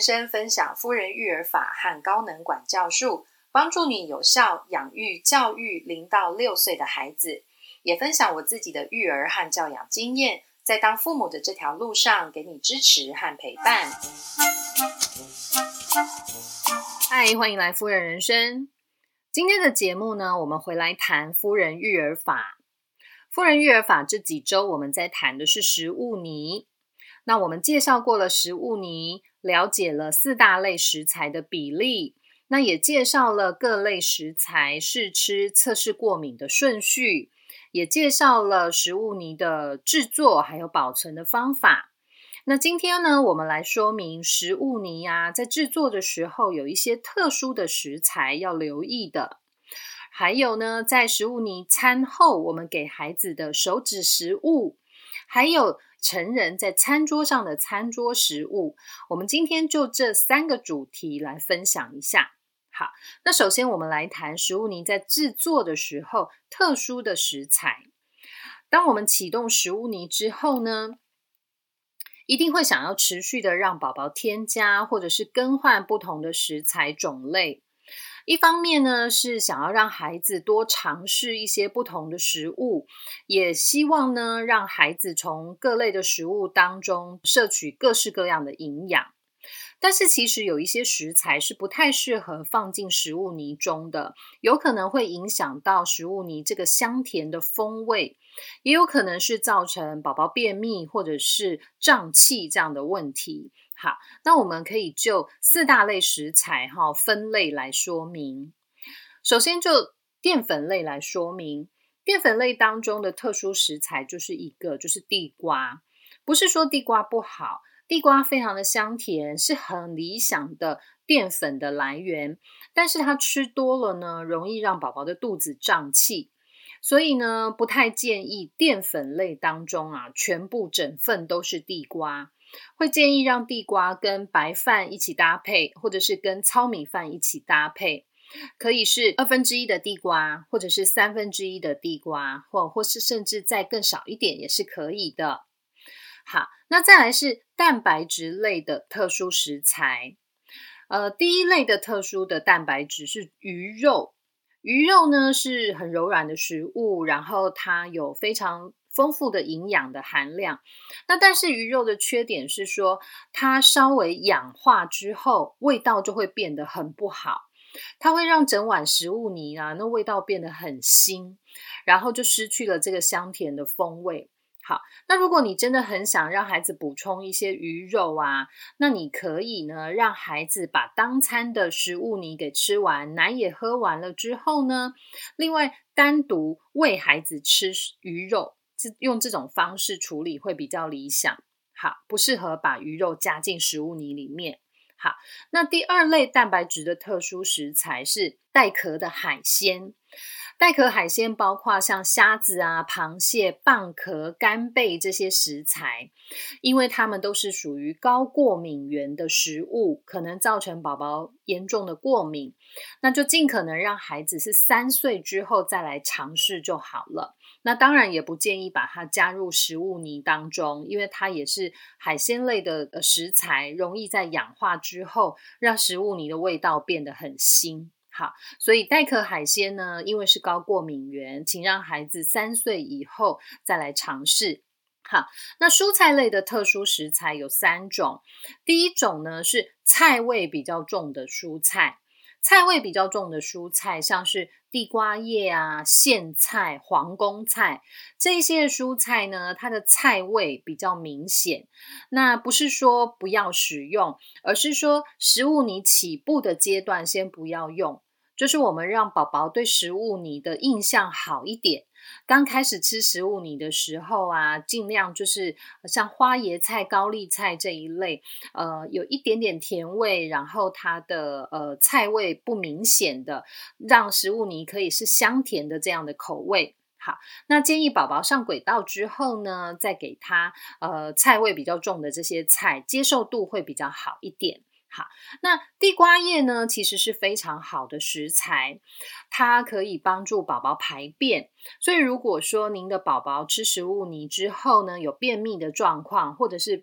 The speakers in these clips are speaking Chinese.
生分享夫人育儿法和高能管教术，帮助你有效养育教育0到6岁的孩子，也分享我自己的育儿和教养经验，在当父母的这条路上给你支持和陪伴。嗨，欢迎来夫人人生。今天的节目呢，我们回来谈夫人育儿法。夫人育儿法这几周我们在谈的是食物泥。那我们介绍过了食物泥，了解了4大类食材的比例，那也介绍了各类食材试吃测试过敏的顺序，也介绍了食物泥的制作还有保存的方法。那今天呢，我们来说明食物泥在制作的时候有一些特殊的食材要留意的。还有呢，在食物泥餐后我们给孩子的手指食物，还有成人在餐桌上的餐桌食物，我们今天就这3个主题来分享一下。好，那首先我们来谈食物泥在制作的时候特殊的食材。当我们启动食物泥之后呢，一定会想要持续的让宝宝添加或者是更换不同的食材种类。一方面呢，是想要让孩子多尝试一些不同的食物，也希望呢，让孩子从各类的食物当中摄取各式各样的营养。但是其实有一些食材是不太适合放进食物泥中的，有可能会影响到食物泥这个香甜的风味，也有可能是造成宝宝便秘或者是胀气这样的问题。好，那我们可以就4大类食材分类来说明。首先就淀粉类来说明，淀粉类当中的特殊食材就是地瓜。不是说地瓜不好，地瓜非常的香甜，是很理想的淀粉的来源，但是它吃多了呢，容易让宝宝的肚子胀气，所以呢，不太建议淀粉类当中全部整份都是地瓜，会建议让地瓜跟白饭一起搭配，或者是跟糙米饭一起搭配，可以是1/2的地瓜，或者是1/3的地瓜，或是甚至再更少一点也是可以的。好，那再来是蛋白质类的特殊食材。第一类的特殊的蛋白质是鱼肉。鱼肉呢是很柔软的食物，然后它有非常丰富的营养的含量。那但是鱼肉的缺点是说，它稍微氧化之后，味道就会变得很不好。它会让整碗食物泥那味道变得很腥，然后就失去了这个香甜的风味。好，那如果你真的很想让孩子补充一些鱼肉那你可以呢让孩子把当餐的食物泥给吃完，奶也喝完了之后呢，另外单独喂孩子吃鱼肉，用这种方式处理会比较理想。好，不适合把鱼肉加进食物泥里面。好，那第2类蛋白质的特殊食材是带壳的海鲜。带壳海鲜包括像虾子螃蟹、蚌壳、干贝这些食材，因为它们都是属于高过敏原的食物，可能造成宝宝严重的过敏，那就尽可能让孩子是3岁之后再来尝试就好了。那当然也不建议把它加入食物泥当中，因为它也是海鲜类的食材，容易在氧化之后让食物泥的味道变得很腥。好，所以带壳海鲜呢，因为是高过敏原，请让孩子3岁以后再来尝试。好，那蔬菜类的特殊食材有3种。第一种呢是菜味比较重的蔬菜。菜味比较重的蔬菜像是地瓜叶苋菜、皇宫菜，这些蔬菜呢，它的菜味比较明显。那不是说不要使用，而是说食物泥起步的阶段先不要用，就是我们让宝宝对食物泥的印象好一点。刚开始吃食物泥的时候尽量就是像花椰菜、高丽菜这一类有一点点甜味，然后它的菜味不明显的，让食物泥可以是香甜的这样的口味。好，那建议宝宝上轨道之后呢，再给他菜味比较重的这些菜，接受度会比较好一点。好，那地瓜叶呢，其实是非常好的食材，它可以帮助宝宝排便，所以如果说您的宝宝吃食物泥之后呢，有便秘的状况，或者是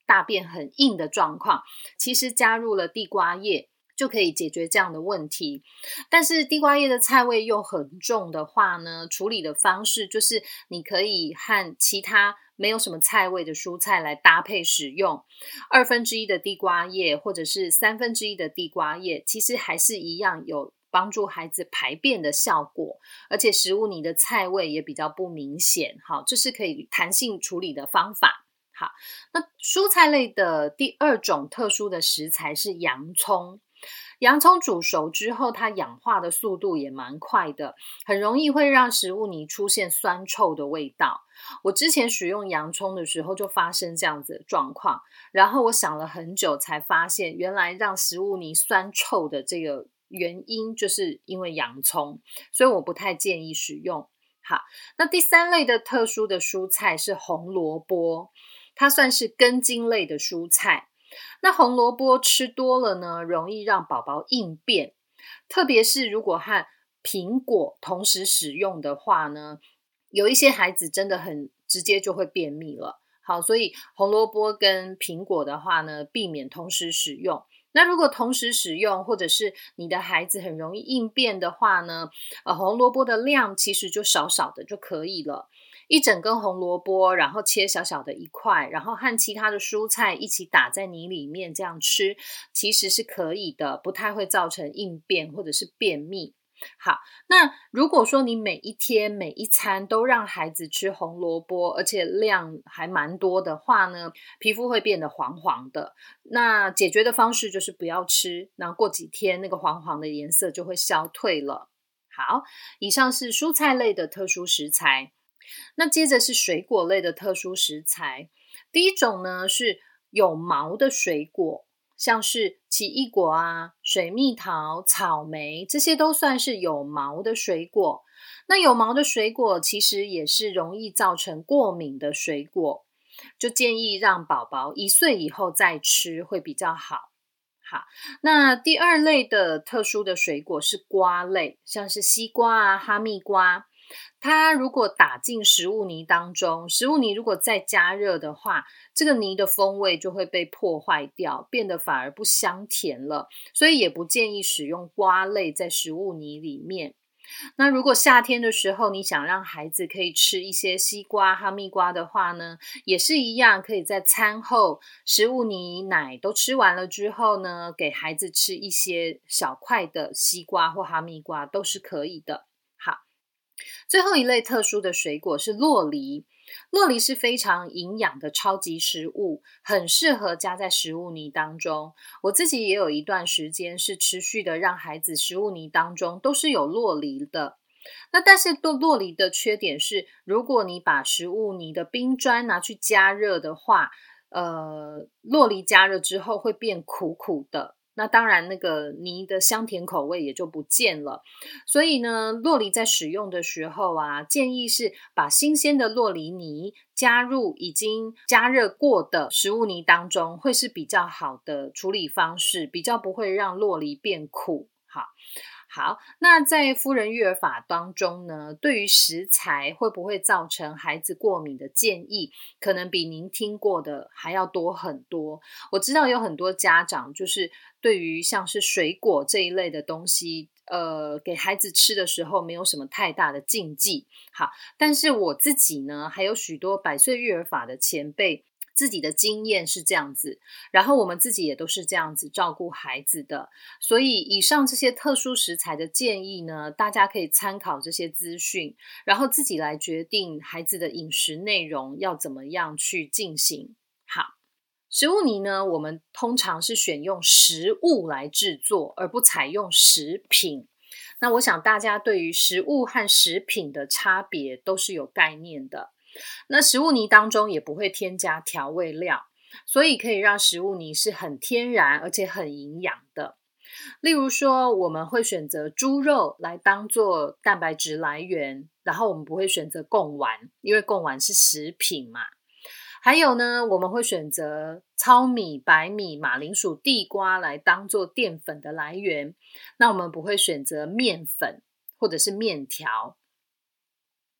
大便很硬的状况，其实加入了地瓜叶就可以解决这样的问题。但是地瓜叶的菜味又很重的话呢，处理的方式就是你可以和其他没有什么菜味的蔬菜来搭配使用，1/2的地瓜叶或者是1/3的地瓜叶，其实还是一样有帮助孩子排便的效果，而且食物泥的菜味也比较不明显。好，这是可以弹性处理的方法。好，那蔬菜类的第2种特殊的食材是洋葱。洋葱煮熟之后，它氧化的速度也蛮快的，很容易会让食物泥出现酸臭的味道。我之前使用洋葱的时候就发生这样子的状况，然后我想了很久才发现，原来让食物泥酸臭的这个原因就是因为洋葱，所以我不太建议使用。好，那第3类的特殊的蔬菜是红萝卜，它算是根茎类的蔬菜。那红萝卜吃多了呢，容易让宝宝硬便，特别是如果和苹果同时使用的话呢，有一些孩子真的很直接就会便秘了。好，所以红萝卜跟苹果的话呢，避免同时使用。那如果同时使用，或者是你的孩子很容易硬便的话呢，红萝卜的量其实就少少的就可以了。一整根红萝卜，然后切小小的一块，然后和其他的蔬菜一起打在泥里面这样吃，其实是可以的，不太会造成硬便或者是便秘。好，那如果说你每一天每一餐都让孩子吃红萝卜，而且量还蛮多的话呢，皮肤会变得黄黄的。那解决的方式就是不要吃，然后过几天那个黄黄的颜色就会消退了。好，以上是蔬菜类的特殊食材。那接着是水果类的特殊食材。第一种呢是有毛的水果，像是奇异果啊、水蜜桃、草莓，这些都算是有毛的水果。那有毛的水果其实也是容易造成过敏的水果，就建议让宝宝1岁以后再吃会比较好。好，那第2类的特殊的水果是瓜类，像是西瓜啊、哈密瓜。它如果打进食物泥当中，食物泥如果再加热的话，这个泥的风味就会被破坏掉，变得反而不香甜了，所以也不建议使用瓜类在食物泥里面。那如果夏天的时候，你想让孩子可以吃一些西瓜、哈密瓜的话呢，也是一样，可以在餐后食物泥、奶都吃完了之后呢，给孩子吃一些小块的西瓜或哈密瓜都是可以的。好，最后一类特殊的水果是酪梨。酪梨是非常营养的超级食物，很适合加在食物泥当中。我自己也有一段时间是持续的让孩子食物泥当中都是有酪梨的。那但是酪梨的缺点是，如果你把食物泥的冰砖拿去加热的话，酪梨加热之后会变苦苦的。那当然那个泥的香甜口味也就不见了。所以呢，酪梨在使用的时候啊，建议是把新鲜的酪梨泥加入已经加热过的食物泥当中，会是比较好的处理方式，比较不会让酪梨变苦。好，那在夫人育儿法当中呢，对于食材会不会造成孩子过敏的建议，可能比您听过的还要多很多。我知道有很多家长就是对于像是水果这一类的东西，给孩子吃的时候没有什么太大的禁忌。好，但是我自己呢，还有许多百岁育儿法的前辈，自己的经验是这样子，然后我们自己也都是这样子照顾孩子的，所以以上这些特殊食材的建议呢，大家可以参考这些资讯，然后自己来决定孩子的饮食内容要怎么样去进行。好，食物泥呢，我们通常是选用食物来制作，而不采用食品。那我想大家对于食物和食品的差别都是有概念的。那食物泥当中也不会添加调味料，所以可以让食物泥是很天然而且很营养的。例如说，我们会选择猪肉来当做蛋白质来源，然后我们不会选择贡丸，因为贡丸是食品嘛。还有呢，我们会选择糙米、白米、马铃薯、地瓜来当做淀粉的来源，那我们不会选择面粉或者是面条。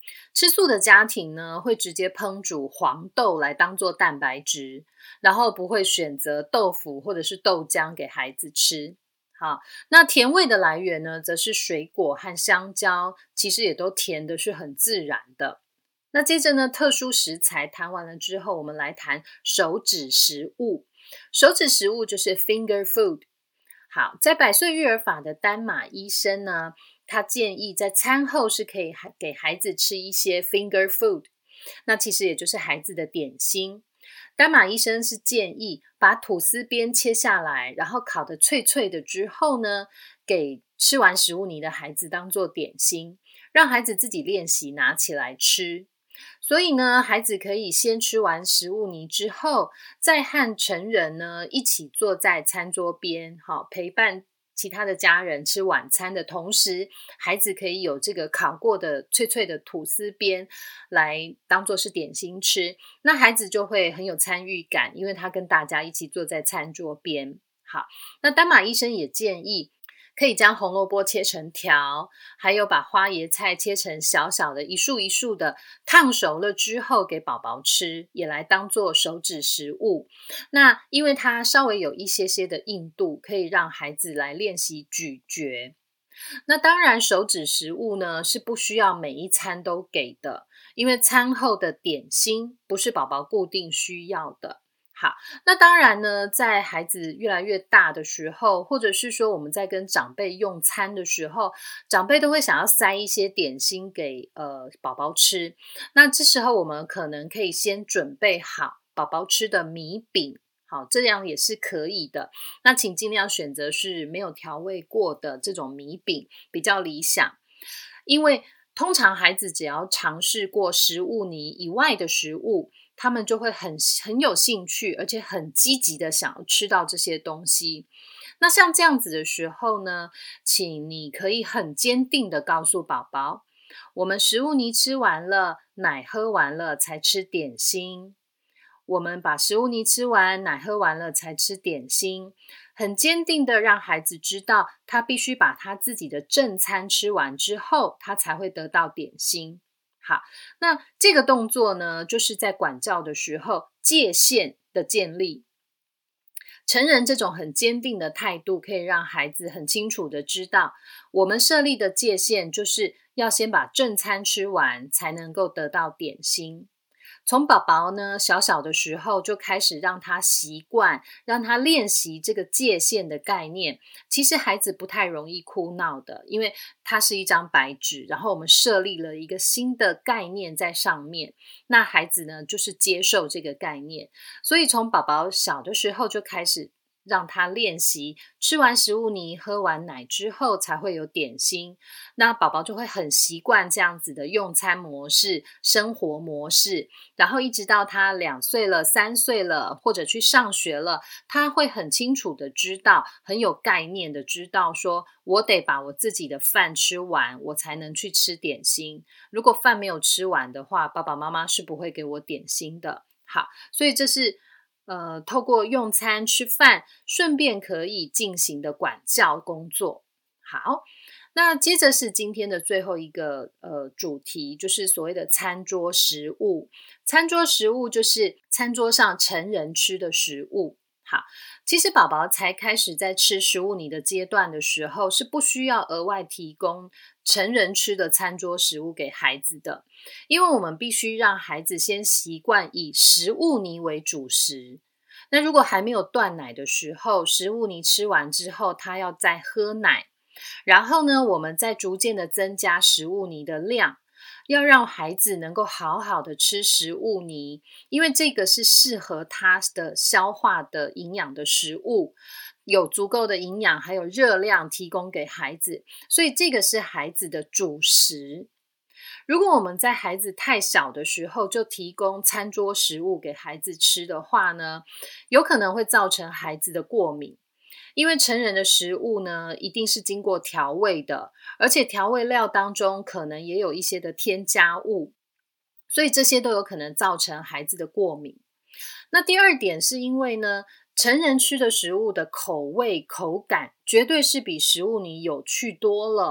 吃素的家庭呢，会直接烹煮黄豆来当做蛋白质，然后不会选择豆腐或者是豆浆给孩子吃。好，那甜味的来源呢，则是水果和香蕉，其实也都甜的是很自然的。那接着呢，特殊食材谈完了之后，我们来谈手指食物。手指食物就是 finger food。好，在百岁育儿法的丹马医生呢，他建议在餐后是可以给孩子吃一些 finger food， 那其实也就是孩子的点心。丹马医生是建议把吐司边切下来，然后烤得脆脆的之后呢，给吃完食物泥的孩子当做点心，让孩子自己练习拿起来吃。所以呢，孩子可以先吃完食物泥之后，再和成人呢一起坐在餐桌边，好，陪伴其他的家人吃晚餐的同时，孩子可以有这个烤过的脆脆的吐司边来当做是点心吃，那孩子就会很有参与感，因为他跟大家一起坐在餐桌边。好，那丹马医生也建议可以将红萝卜切成条，还有把花椰菜切成小小的一束一束的，烫熟了之后给宝宝吃，也来当做手指食物。那因为它稍微有一些些的硬度，可以让孩子来练习咀嚼。那当然手指食物呢是不需要每一餐都给的，因为餐后的点心不是宝宝固定需要的。好，那当然呢，在孩子越来越大的时候，或者是说我们在跟长辈用餐的时候，长辈都会想要塞一些点心给宝宝吃。那这时候我们可能可以先准备好宝宝吃的米饼，好，这样也是可以的。那请尽量选择是没有调味过的这种米饼比较理想，因为通常孩子只要尝试过食物泥以外的食物，他们就会很有兴趣，而且很积极的想要吃到这些东西。那像这样子的时候呢，请你可以很坚定的告诉宝宝，我们食物泥吃完了，奶喝完了才吃点心。我们把食物泥吃完，奶喝完了才吃点心。很坚定的让孩子知道，他必须把他自己的正餐吃完之后，他才会得到点心。好，那这个动作呢，就是在管教的时候界限的建立。成人这种很坚定的态度，可以让孩子很清楚的知道，我们设立的界限就是要先把正餐吃完，才能够得到点心。从宝宝呢小小的时候就开始让他习惯，让他练习这个界限的概念。其实孩子不太容易哭闹的，因为它是一张白纸，然后我们设立了一个新的概念在上面，那孩子呢就是接受这个概念。所以从宝宝小的时候就开始让他练习，吃完食物泥喝完奶之后才会有点心，那宝宝就会很习惯这样子的用餐模式、生活模式，然后一直到他2岁了、3岁了，或者去上学了，他会很清楚的知道，很有概念的知道说，我得把我自己的饭吃完，我才能去吃点心。如果饭没有吃完的话，爸爸妈妈是不会给我点心的。好，所以这是透过用餐吃饭顺便可以进行的管教工作。好，那接着是今天的最后一个主题，就是所谓的餐桌食物。餐桌食物就是餐桌上成人吃的食物。好，其实宝宝才开始在吃食物泥的阶段的时候，是不需要额外提供成人吃的餐桌食物给孩子的，因为我们必须让孩子先习惯以食物泥为主食。那如果还没有断奶的时候，食物泥吃完之后，他要再喝奶，然后呢，我们再逐渐的增加食物泥的量，要让孩子能够好好的吃食物泥，因为这个是适合他的消化的营养的食物，有足够的营养还有热量提供给孩子，所以这个是孩子的主食。如果我们在孩子太小的时候就提供餐桌食物给孩子吃的话呢，有可能会造成孩子的过敏。因为成人的食物呢，一定是经过调味的，而且调味料当中可能也有一些的添加物，所以这些都有可能造成孩子的过敏。那第二点是因为呢，成人吃的食物的口味口感绝对是比食物泥有趣多了。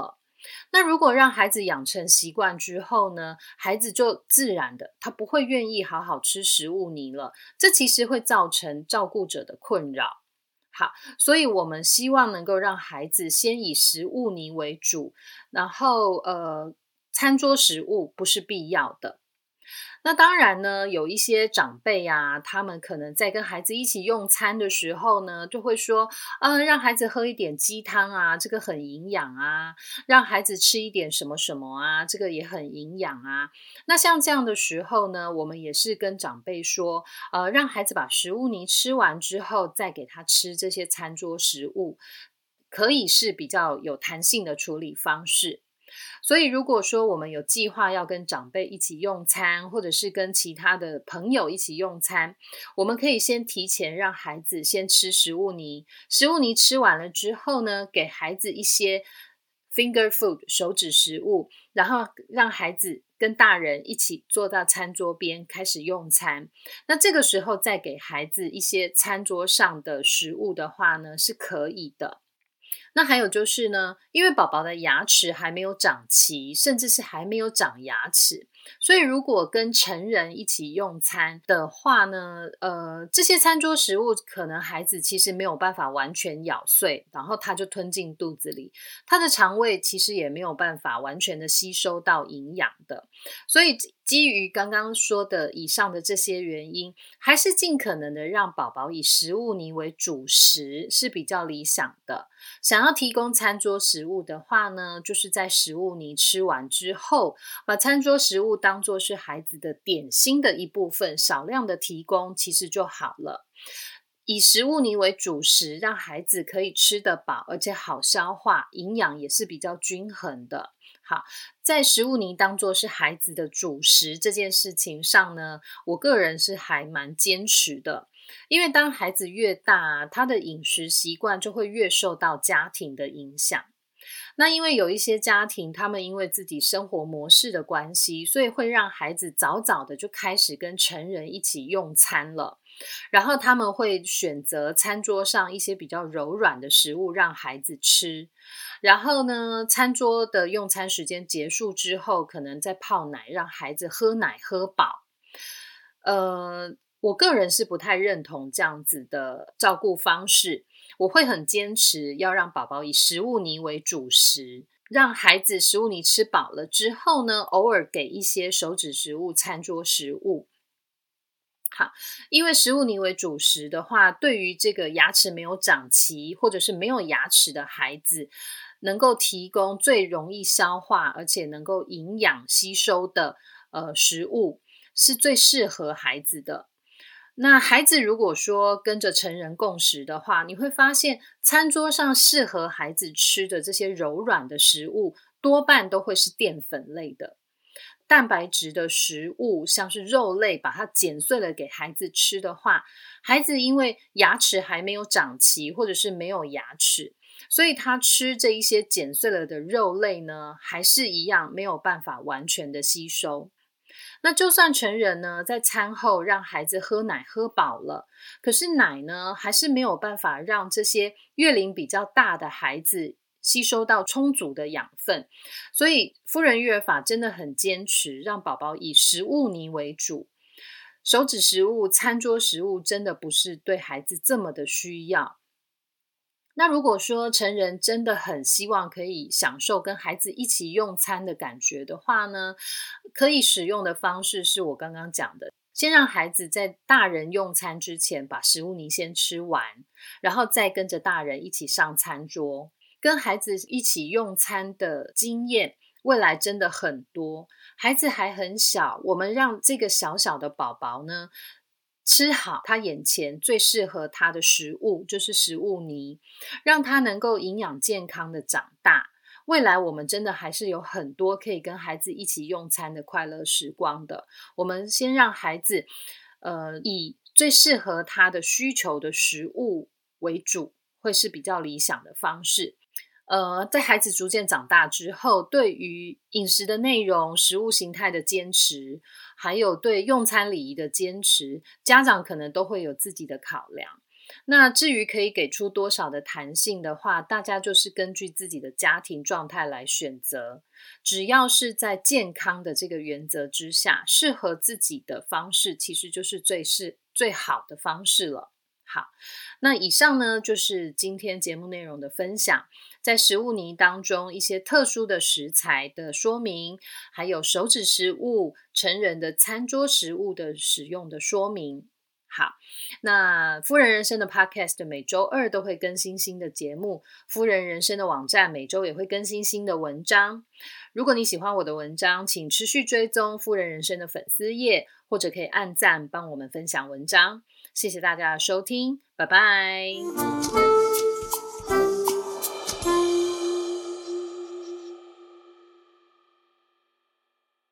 那如果让孩子养成习惯之后呢，孩子就自然的，他不会愿意好好吃食物泥了，这其实会造成照顾者的困扰。好，所以我们希望能够让孩子先以食物泥为主，然后餐桌食物不是必要的。那当然呢，有一些长辈啊，他们可能在跟孩子一起用餐的时候呢，就会说，让孩子喝一点鸡汤啊，这个很营养啊，让孩子吃一点什么什么啊，这个也很营养啊。那像这样的时候呢，我们也是跟长辈说，让孩子把食物泥吃完之后，再给他吃这些餐桌食物，可以是比较有弹性的处理方式。所以如果说我们有计划要跟长辈一起用餐，或者是跟其他的朋友一起用餐，我们可以先提前让孩子先吃食物泥，食物泥吃完了之后呢，给孩子一些 finger food 手指食物，然后让孩子跟大人一起坐到餐桌边开始用餐。那这个时候再给孩子一些餐桌上的食物的话呢，是可以的。那还有就是呢，因为宝宝的牙齿还没有长齐，甚至是还没有长牙齿，所以如果跟成人一起用餐的话呢，这些餐桌食物可能孩子其实没有办法完全咬碎，然后他就吞进肚子里，他的肠胃其实也没有办法完全的吸收到营养的。所以基于刚刚说的以上的这些原因，还是尽可能的让宝宝以食物泥为主食是比较理想的。想要提供餐桌食物的话呢，就是在食物泥吃完之后，把餐桌食物当作是孩子的点心的一部分，少量的提供其实就好了。以食物泥为主食，让孩子可以吃得饱，而且好消化，营养也是比较均衡的。好，在食物泥当作是孩子的主食这件事情上呢，我个人是还蛮坚持的。因为当孩子越大，他的饮食习惯就会越受到家庭的影响。那因为有一些家庭，他们因为自己生活模式的关系，所以会让孩子早早的就开始跟成人一起用餐了。然后他们会选择餐桌上一些比较柔软的食物让孩子吃。然后呢，餐桌的用餐时间结束之后，可能再泡奶，让孩子喝奶喝饱。我个人是不太认同这样子的照顾方式，我会很坚持要让宝宝以食物泥为主食，让孩子食物泥吃饱了之后呢，偶尔给一些手指食物、餐桌食物。好，因为食物泥为主食的话，对于这个牙齿没有长齐或者是没有牙齿的孩子，能够提供最容易消化而且能够营养吸收的食物，是最适合孩子的。那孩子如果说跟着成人共食的话，你会发现餐桌上适合孩子吃的这些柔软的食物，多半都会是淀粉类的。蛋白质的食物，像是肉类，把它剪碎了给孩子吃的话，孩子因为牙齿还没有长齐，或者是没有牙齿，所以他吃这一些剪碎了的肉类呢，还是一样没有办法完全的吸收。那就算成人呢，在餐后让孩子喝奶喝饱了，可是奶呢，还是没有办法让这些月龄比较大的孩子吸收到充足的养分。所以夫人育儿法真的很坚持让宝宝以食物泥为主，手指食物、餐桌食物真的不是对孩子这么的需要。那如果说成人真的很希望可以享受跟孩子一起用餐的感觉的话呢，可以使用的方式是我刚刚讲的，先让孩子在大人用餐之前把食物泥先吃完，然后再跟着大人一起上餐桌。跟孩子一起用餐的经验未来真的很多，孩子还很小，我们让这个小小的宝宝呢吃好他眼前最适合他的食物，就是食物泥，让他能够营养健康的长大。未来我们真的还是有很多可以跟孩子一起用餐的快乐时光的。我们先让孩子以最适合他的需求的食物为主，会是比较理想的方式。在孩子逐渐长大之后，对于饮食的内容、食物形态的坚持，还有对用餐礼仪的坚持，家长可能都会有自己的考量。 那至于可以给出多少的弹性的话，大家就是根据自己的家庭状态来选择，只要是在健康的这个原则之下，适合自己的方式其实就是最好的方式了。好，那以上呢就是今天节目内容的分享，在食物泥当中一些特殊的食材的说明，还有手指食物、成人的餐桌食物的使用的说明。好，那夫人人生的 Podcast 每周二都会更新新的节目，夫人人生的网站每周也会更新新的文章。如果你喜欢我的文章，请持续追踪夫人人生的粉丝页，或者可以按赞帮我们分享文章。谢谢大家的收听，拜拜。